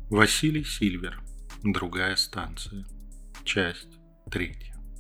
Василий Сильвер. Другая станция. Часть 3.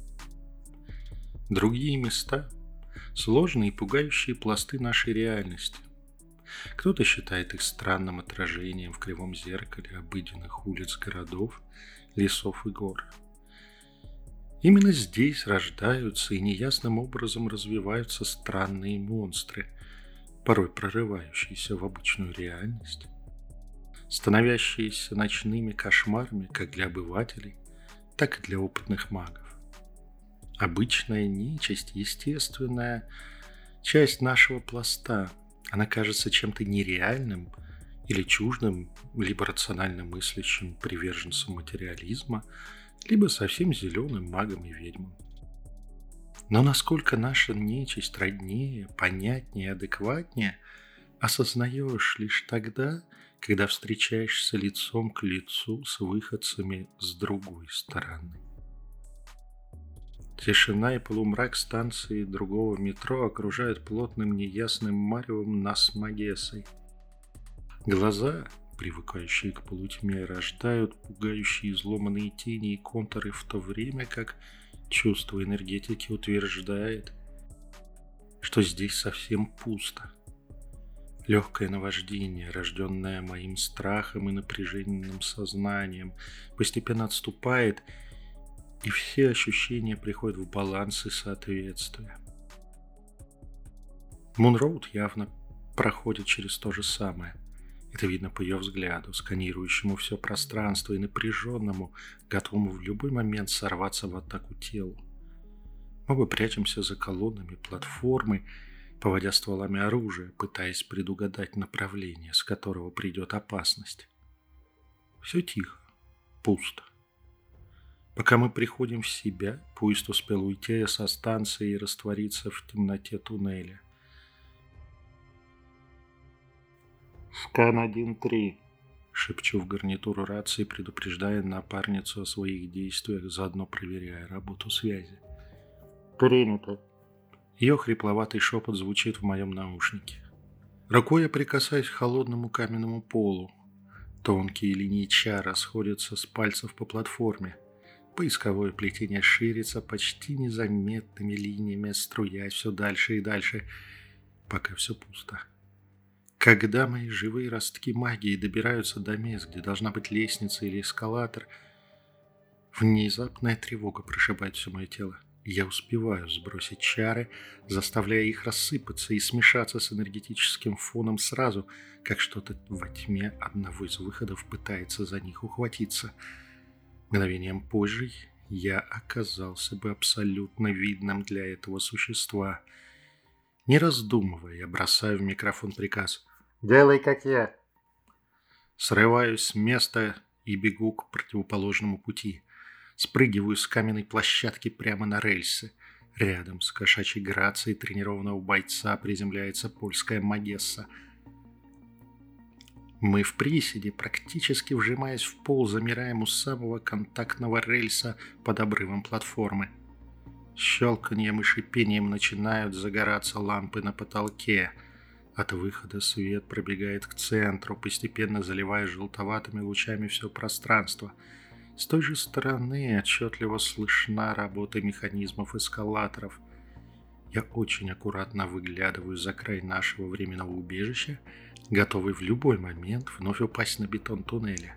Другие места – сложные и пугающие пласты нашей реальности. Кто-то считает их странным отражением в кривом зеркале обыденных улиц городов, лесов и гор. Именно здесь рождаются и неясным образом развиваются странные монстры, порой прорывающиеся в обычную реальность, становящиеся ночными кошмарами как для обывателей, так и для опытных магов. Обычная нечисть, естественная часть нашего пласта. Она кажется чем-то нереальным или чуждым, либо рационально мыслящим приверженцем материализма, либо совсем зеленым магом и ведьмам. Но насколько наша нечисть роднее, понятнее, адекватнее, осознаешь лишь тогда, когда встречаешься лицом к лицу с выходцами с другой стороны. Тишина и полумрак станции другого метро окружают плотным неясным маревом нас с Магессой. Глаза, привыкающие к полутьме, рождают пугающие изломанные тени и контуры, в то время как чувство энергетики утверждает, что здесь совсем пусто. Легкое наваждение, рожденное моим страхом и напряженным сознанием, постепенно отступает, и все ощущения приходят в баланс и соответствие. Мунроуд явно проходит через то же самое. Это видно по ее взгляду, сканирующему все пространство и напряженному, готовому в любой момент сорваться в атаку телу. Мы бы прячемся за колоннами платформы, поводя стволами оружия, пытаясь предугадать направление, с которого придет опасность. Все тихо, пусто. Пока мы приходим в себя, поезд успел уйти со станции и раствориться в темноте туннеля. «Скан 1-3», — шепчу в гарнитуру рации, предупреждая напарницу о своих действиях, заодно проверяя работу связи. «Принято». Ее хрипловатый шепот звучит в моем наушнике. Рукой я прикасаюсь к холодному каменному полу. Тонкие линии чара сходятся с пальцев по платформе. Поисковое плетение ширится почти незаметными линиями, струясь все дальше и дальше, пока все пусто. Когда мои живые ростки магии добираются до мест, где должна быть лестница или эскалатор, внезапная тревога прошибает все мое тело. Я успеваю сбросить чары, заставляя их рассыпаться и смешаться с энергетическим фоном сразу, как что-то во тьме одного из выходов пытается за них ухватиться. Мгновением позже я оказался бы абсолютно видным для этого существа. Не раздумывая, я бросаю в микрофон приказ: «Делай, как я». Срываюсь с места и бегу к противоположному пути. Спрыгиваю с каменной площадки прямо на рельсы. Рядом с кошачьей грацией тренированного бойца приземляется польская Магесса. Мы в приседе, практически вжимаясь в пол, замираем у самого контактного рельса под обрывом платформы. Щелканьем и шипением начинают загораться лампы на потолке. От выхода свет пробегает к центру, постепенно заливая желтоватыми лучами все пространство. С той же стороны отчетливо слышна работа механизмов эскалаторов. Я очень аккуратно выглядываю за край нашего временного убежища, готовый в любой момент вновь упасть на бетон туннеля.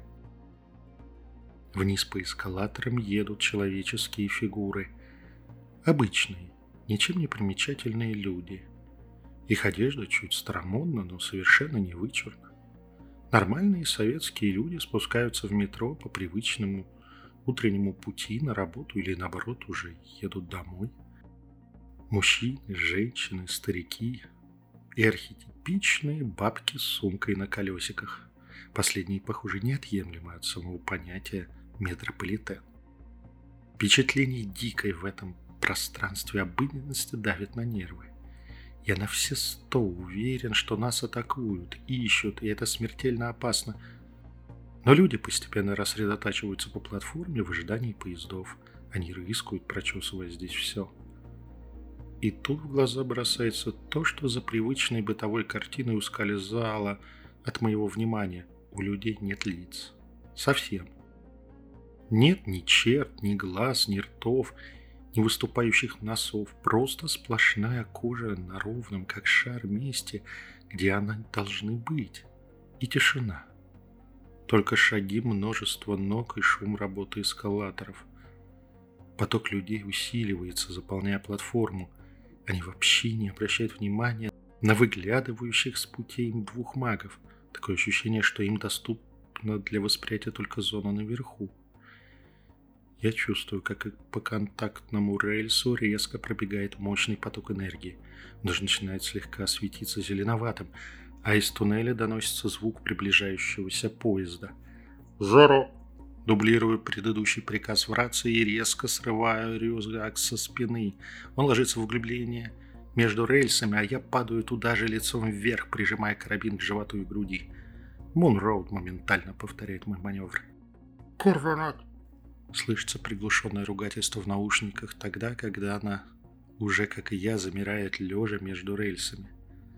Вниз по эскалаторам едут человеческие фигуры. Обычные, ничем не примечательные люди. Их одежда чуть старомодна, но совершенно не вычурна. Нормальные советские люди спускаются в метро по привычному утреннему пути на работу или, наоборот, уже едут домой. Мужчины, женщины, старики и архетипичные бабки с сумкой на колесиках. Последние, похоже, неотъемлемы от самого понятия метрополитен. Впечатление дикой в этом пространстве обыденности давит на нервы. Я на все 100 уверен, что нас атакуют, ищут, и это смертельно опасно. Но люди постепенно рассредотачиваются по платформе в ожидании поездов. Они рыскают, прочесывая здесь все. И тут в глаза бросается то, что за привычной бытовой картиной ускользало от моего внимания. У людей нет лиц. Совсем. Нет ни черт, ни глаз, ни ртов, ни выступающих носов. Просто сплошная кожа на ровном, как шар, месте, где она должны быть. И тишина. Только шаги, множество ног и шум работы эскалаторов. Поток людей усиливается, заполняя платформу. Они вообще не обращают внимания на выглядывающих с путей им двух магов. Такое ощущение, что им доступна для восприятия только зона наверху. Я чувствую, как по контактному рельсу резко пробегает мощный поток энергии. Он даже начинает слегка светиться зеленоватым, а из туннеля доносится звук приближающегося поезда. «Зеро!» Дублирую предыдущий приказ в рации и резко срываю рюкзак со спины. Он ложится в углубление между рельсами, а я падаю туда же лицом вверх, прижимая карабин к животу и груди. Мунроуд моментально повторяет мой маневр. «Курванат!» Слышится приглушенное ругательство в наушниках тогда, когда она, уже как и я, замирает лежа между рельсами.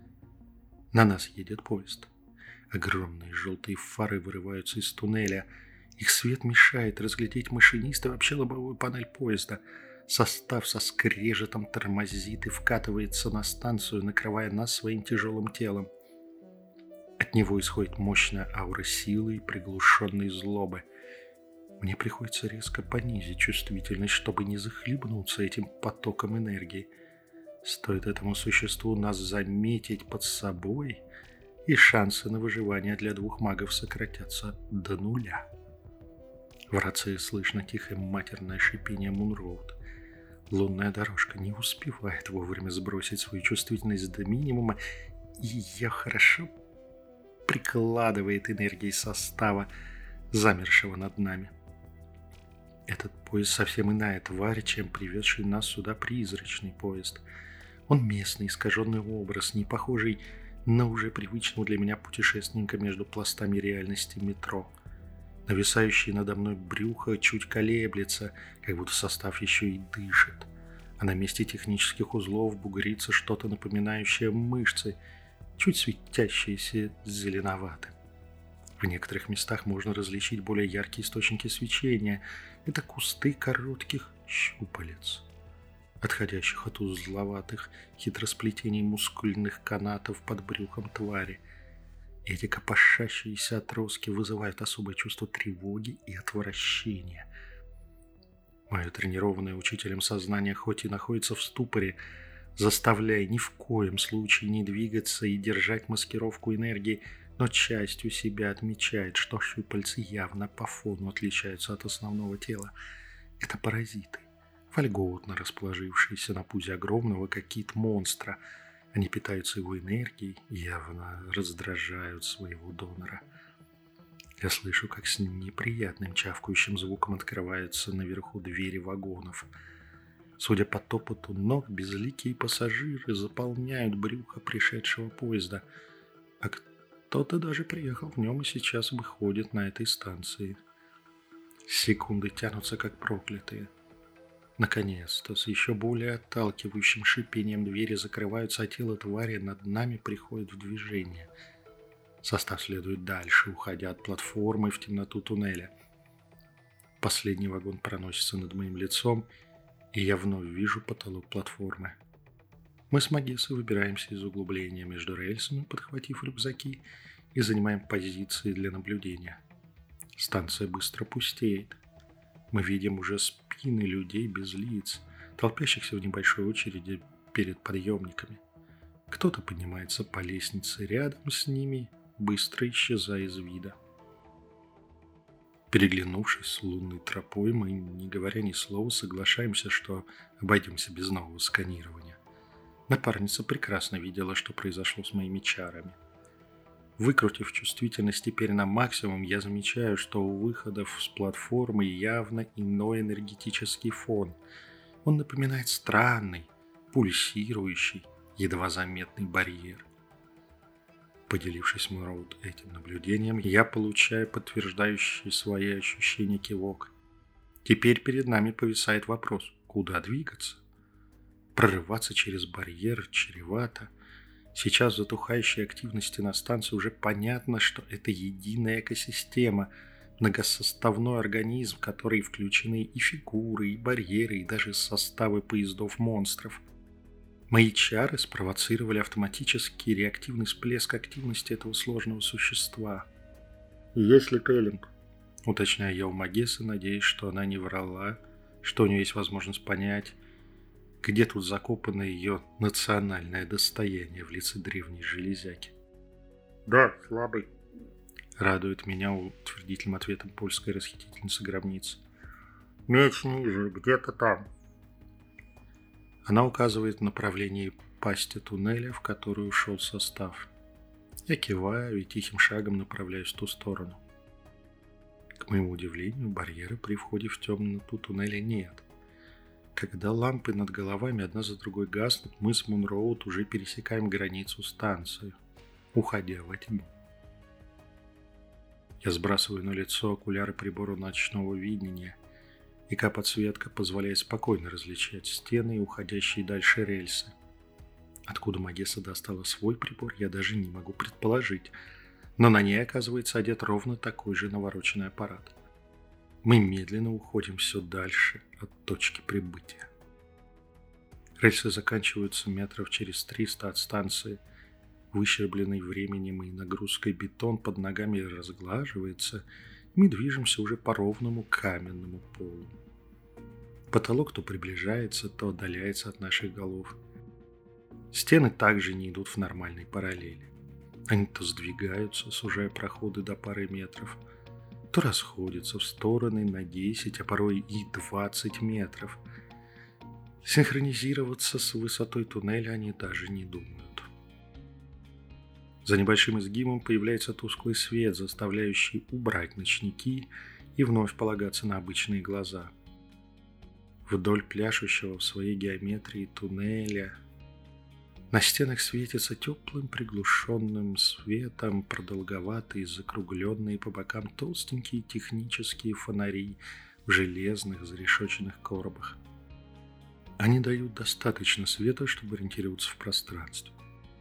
На нас едет поезд. Огромные желтые фары вырываются из туннеля. Их свет мешает разглядеть машиниста и вообще лобовую панель поезда. Состав со скрежетом тормозит и вкатывается на станцию, накрывая нас своим тяжелым телом. От него исходит мощная аура силы и приглушенной злобы. Мне приходится резко понизить чувствительность, чтобы не захлебнуться этим потоком энергии. Стоит этому существу нас заметить под собой, и шансы на выживание для двух магов сократятся до нуля. В рации слышно тихое матерное шипение Мунроуд. Лунная дорожка не успевает вовремя сбросить свою чувствительность до минимума, и ее хорошо прикладывает энергией состава, замершего над нами. Этот поезд совсем иная тварь, чем привезший нас сюда призрачный поезд. Он местный, искаженный образ, не похожий на уже привычного для меня путешественника между пластами реальности метро. Нависающее надо мной брюхо чуть колеблется, как будто состав еще и дышит. А на месте технических узлов бугрится что-то напоминающее мышцы, чуть светящиеся зеленоватым. В некоторых местах можно различить более яркие источники свечения. Это кусты коротких щупалец, отходящих от узловатых хитросплетений мускульных канатов под брюхом твари. Эти копошащиеся отростки вызывают особое чувство тревоги и отвращения. Мое тренированное учителем сознание хоть и находится в ступоре, заставляя ни в коем случае не двигаться и держать маскировку энергии, но частью себя отмечает, что щупальцы явно по фону отличаются от основного тела. Это паразиты, вольготно расположившиеся на пузе огромного, как кит, монстра. Они питаются его энергией и явно раздражают своего донора. Я слышу, как с неприятным чавкающим звуком открываются наверху двери вагонов. Судя по топоту ног, безликие пассажиры заполняют брюхо пришедшего поезда, а кто-то даже приехал в нем и сейчас выходит на этой станции. Секунды тянутся, как проклятые. Наконец-то, с еще более отталкивающим шипением двери закрываются, а тело твари над нами приходит в движение. Состав следует дальше, уходя от платформы в темноту туннеля. Последний вагон проносится над моим лицом, и я вновь вижу потолок платформы. Мы с Магессой выбираемся из углубления между рельсами, подхватив рюкзаки, и занимаем позиции для наблюдения. Станция быстро пустеет. Мы видим уже спины людей без лиц, толпящихся в небольшой очереди перед подъемниками. Кто-то поднимается по лестнице рядом с ними, быстро исчезая из вида. Переглянувшись с лунной тропой, мы, не говоря ни слова, соглашаемся, что обойдемся без нового сканирования. Напарница прекрасно видела, что произошло с моими чарами. Выкрутив чувствительность теперь на максимум, я замечаю, что у выходов с платформы явно иной энергетический фон. Он напоминает странный, пульсирующий, едва заметный барьер. Поделившись Мунроуд этим наблюдением, я получаю подтверждающий свои ощущения кивок. Теперь перед нами повисает вопрос, куда двигаться? Прорываться через барьер чревато. Сейчас в затухающей активности на станции уже понятно, что это единая экосистема, многосоставной организм, в который включены и фигуры, и барьеры, и даже составы поездов-монстров. Мои чары спровоцировали автоматический реактивный всплеск активности этого сложного существа. «Есть ли Теллинг?» — уточняю я у Магессы, надеясь, что она не врала, что у нее есть возможность понять, где тут закопано ее национальное достояние в лице древней железяки. «Да, слабый», — радует меня утвердительным ответом польская расхитительница гробниц. «Меч ниже, где-то там». Она указывает в направлении пасти туннеля, в которую ушел состав. Я киваю и тихим шагом направляюсь в ту сторону. К моему удивлению, барьера при входе в темноту туннеля нет. Когда лампы над головами одна за другой гаснут, мы с Мунроуд уже пересекаем границу станции, уходя во тьму. Я сбрасываю на лицо окуляры прибора ночного видения, и подсветка позволяет спокойно различать стены и уходящие дальше рельсы. Откуда Магесса достала свой прибор, я даже не могу предположить, но на ней, оказывается, одет ровно такой же навороченный аппарат. Мы медленно уходим все дальше от точки прибытия. Рельсы заканчиваются метров через 300 от станции. Выщербленный временем и нагрузкой бетон под ногами разглаживается, и мы движемся уже по ровному каменному полу. Потолок то приближается, то отдаляется от наших голов. Стены также не идут в нормальной параллели. Они то сдвигаются, сужая проходы до пары метров, то расходятся в стороны на 10, а порой и 20 метров. Синхронизироваться с высотой туннеля они даже не думают. За небольшим изгибом появляется тусклый свет, заставляющий убрать ночники и вновь полагаться на обычные глаза. Вдоль пляшущего в своей геометрии туннеля на стенах светятся теплым приглушенным светом продолговатые, закругленные по бокам толстенькие технические фонари в железных зарешоченных коробах. Они дают достаточно света, чтобы ориентироваться в пространстве.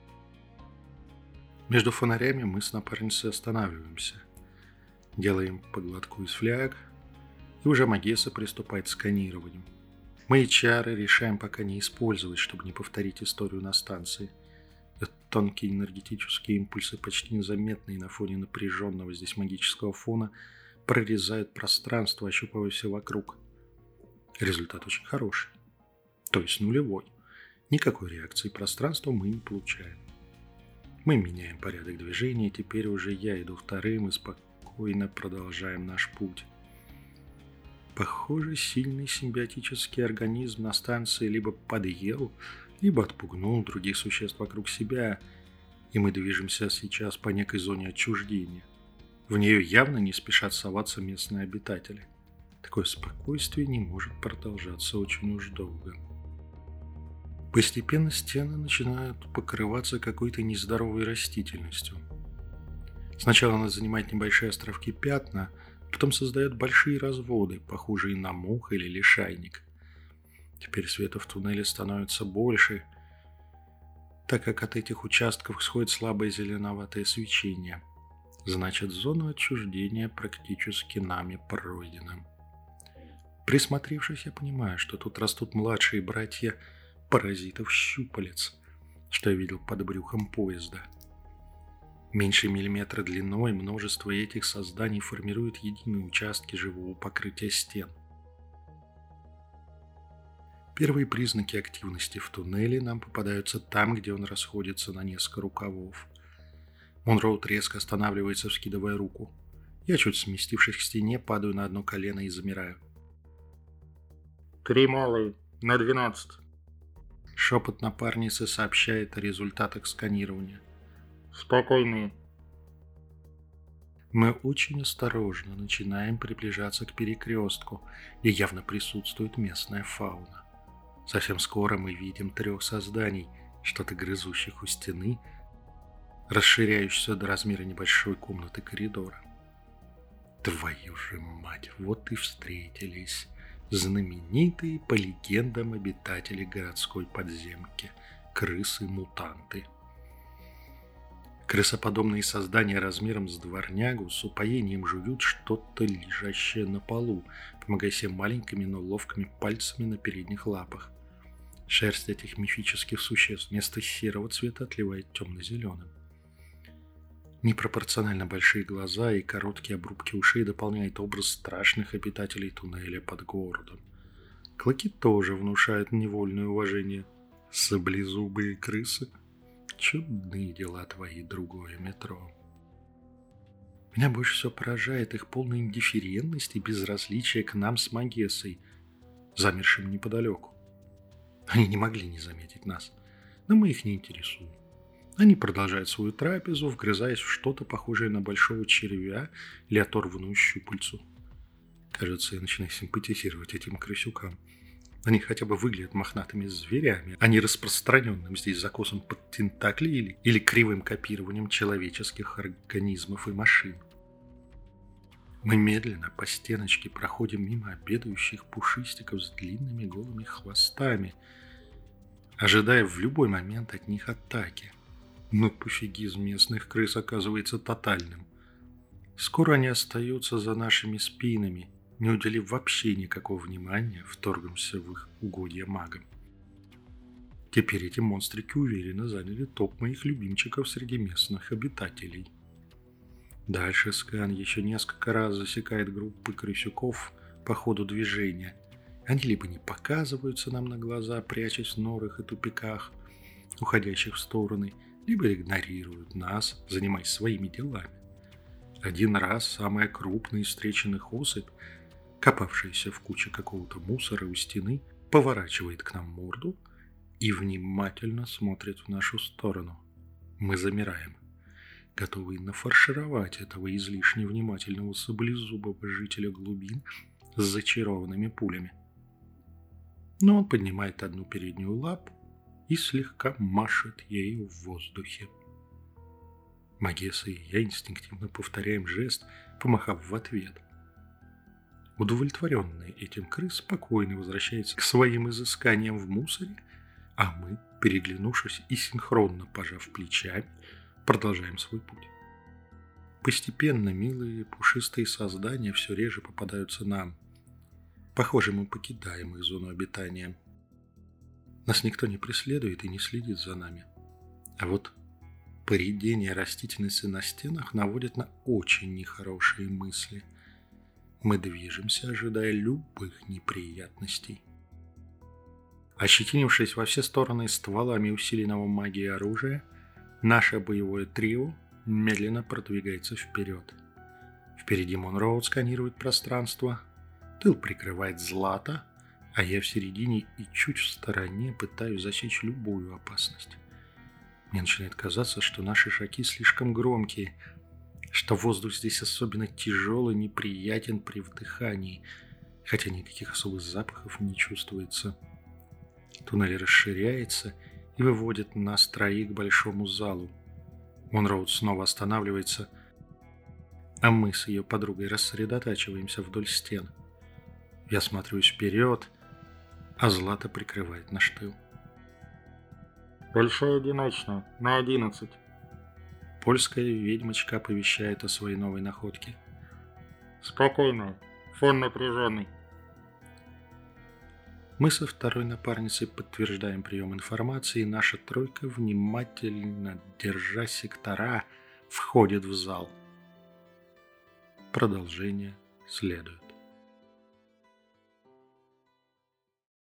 Между фонарями мы с напарницей останавливаемся, делаем по глотку из фляг, и уже Магесса приступает к сканированию. Мои чары решаем пока не использовать, чтобы не повторить историю на станции. Тонкие энергетические импульсы, почти незаметные на фоне напряженного здесь магического фона, прорезают пространство, ощупывая все вокруг. Результат очень хороший. То есть нулевой. Никакой реакции пространства мы не получаем. Мы меняем порядок движения, и теперь уже я иду вторым и спокойно продолжаем наш путь. Похоже, сильный симбиотический организм на станции либо подъел, либо отпугнул других существ вокруг себя, и мы движемся сейчас по некой зоне отчуждения. В нее явно не спешат соваться местные обитатели. Такое спокойствие не может продолжаться очень уж долго. Постепенно стены начинают покрываться какой-то нездоровой растительностью. Сначала она занимает небольшие островки пятна, потом создает большие разводы, похожие на мох или лишайник. Теперь света в туннеле становится больше, так как от этих участков исходит слабое зеленоватое свечение. Значит, зона отчуждения практически нами пройдена. Присмотревшись, я понимаю, что тут растут младшие братья паразитов-щупалец, что я видел под брюхом поезда. Меньше миллиметра длиной множество этих созданий формируют единые участки живого покрытия стен. Первые признаки активности в туннеле нам попадаются там, где он расходится на несколько рукавов. Мунроуд резко останавливается, вскидывая руку. Я, чуть сместившись к стене, падаю на одно колено и замираю. 3 малые на 12. Шепот напарницы сообщает о результатах сканирования. Спокойные. Мы очень осторожно начинаем приближаться к перекрестку, где явно присутствует местная фауна. Совсем скоро мы видим 3 созданий, что-то грызущих у стены, расширяющихся до размера небольшой комнаты коридора. Твою же мать, вот и встретились знаменитые по легендам обитатели городской подземки, крысы-мутанты. Крысоподобные создания размером с дворнягу с упоением жуют что-то, лежащее на полу, помогая себе маленькими, но ловкими пальцами на передних лапах. Шерсть этих мифических существ вместо серого цвета отливает темно-зеленым. Непропорционально большие глаза и короткие обрубки ушей дополняют образ страшных обитателей туннеля под городом. Клыки тоже внушают невольное уважение. Саблезубые крысы. Чудные дела твои, другое метро. Меня больше всего поражает их полная индифферентность и безразличие к нам с Магессой, замершим неподалеку. Они не могли не заметить нас, но мы их не интересуем. Они продолжают свою трапезу, вгрызаясь в что-то похожее на большого червя или оторванную щупальцу. Кажется, я начинаю симпатизировать этим крысюкам. Они хотя бы выглядят мохнатыми зверями, а не распространенным здесь закосом под тентакли или кривым копированием человеческих организмов и машин. Мы медленно по стеночке проходим мимо обедающих пушистиков с длинными голыми хвостами, ожидая в любой момент от них атаки. Но пофигизм местных крыс оказывается тотальным. Скоро они остаются за нашими спинами, не уделив вообще никакого внимания вторгнемся в их угодья магам. Теперь эти монстрики уверенно заняли топ моих любимчиков среди местных обитателей. Дальше Скан еще несколько раз засекает группы крысюков по ходу движения. Они либо не показываются нам на глаза, прячась в норах и тупиках, уходящих в стороны, либо игнорируют нас, занимаясь своими делами. Один раз самая крупная из встреченных особь, копавшаяся в куче какого-то мусора у стены, поворачивает к нам морду и внимательно смотрит в нашу сторону. Мы замираем, готовые нафаршировать этого излишне внимательного саблезубого жителя глубин с зачарованными пулями. Но он поднимает одну переднюю лапу и слегка машет ею в воздухе. Магесса и я инстинктивно повторяем жест, помахав в ответ. Удовлетворенный этим крыс спокойно возвращается к своим изысканиям в мусоре, а мы, переглянувшись и синхронно пожав плечами, продолжаем свой путь. Постепенно милые пушистые создания все реже попадаются нам. Похоже, мы покидаем их зону обитания. Нас никто не преследует и не следит за нами. А вот поредение растительности на стенах наводит на очень нехорошие мысли. Мы движемся, ожидая любых неприятностей. Ощетинившись во все стороны стволами усиленного магией оружия, наше боевое трио медленно продвигается вперед. Впереди Монроуд сканирует пространство, тыл прикрывает Злата, а я в середине и чуть в стороне пытаюсь засечь любую опасность. Мне начинает казаться, что наши шаги слишком громкие, что воздух здесь особенно тяжелый, неприятен при вдыхании, хотя никаких особых запахов не чувствуется. Туннель расширяется и выводит нас троих к большому залу. Монроуд снова останавливается, а мы с ее подругой рассредотачиваемся вдоль стен. Я осматриваюсь вперед, а Злата прикрывает наш тыл. Большая одиночная, на 11. Польская ведьмочка оповещает о своей новой находке. Спокойно, фон напряженный. Мы со второй напарницей подтверждаем прием информации, и наша тройка, внимательно держа сектора, входит в зал. Продолжение следует.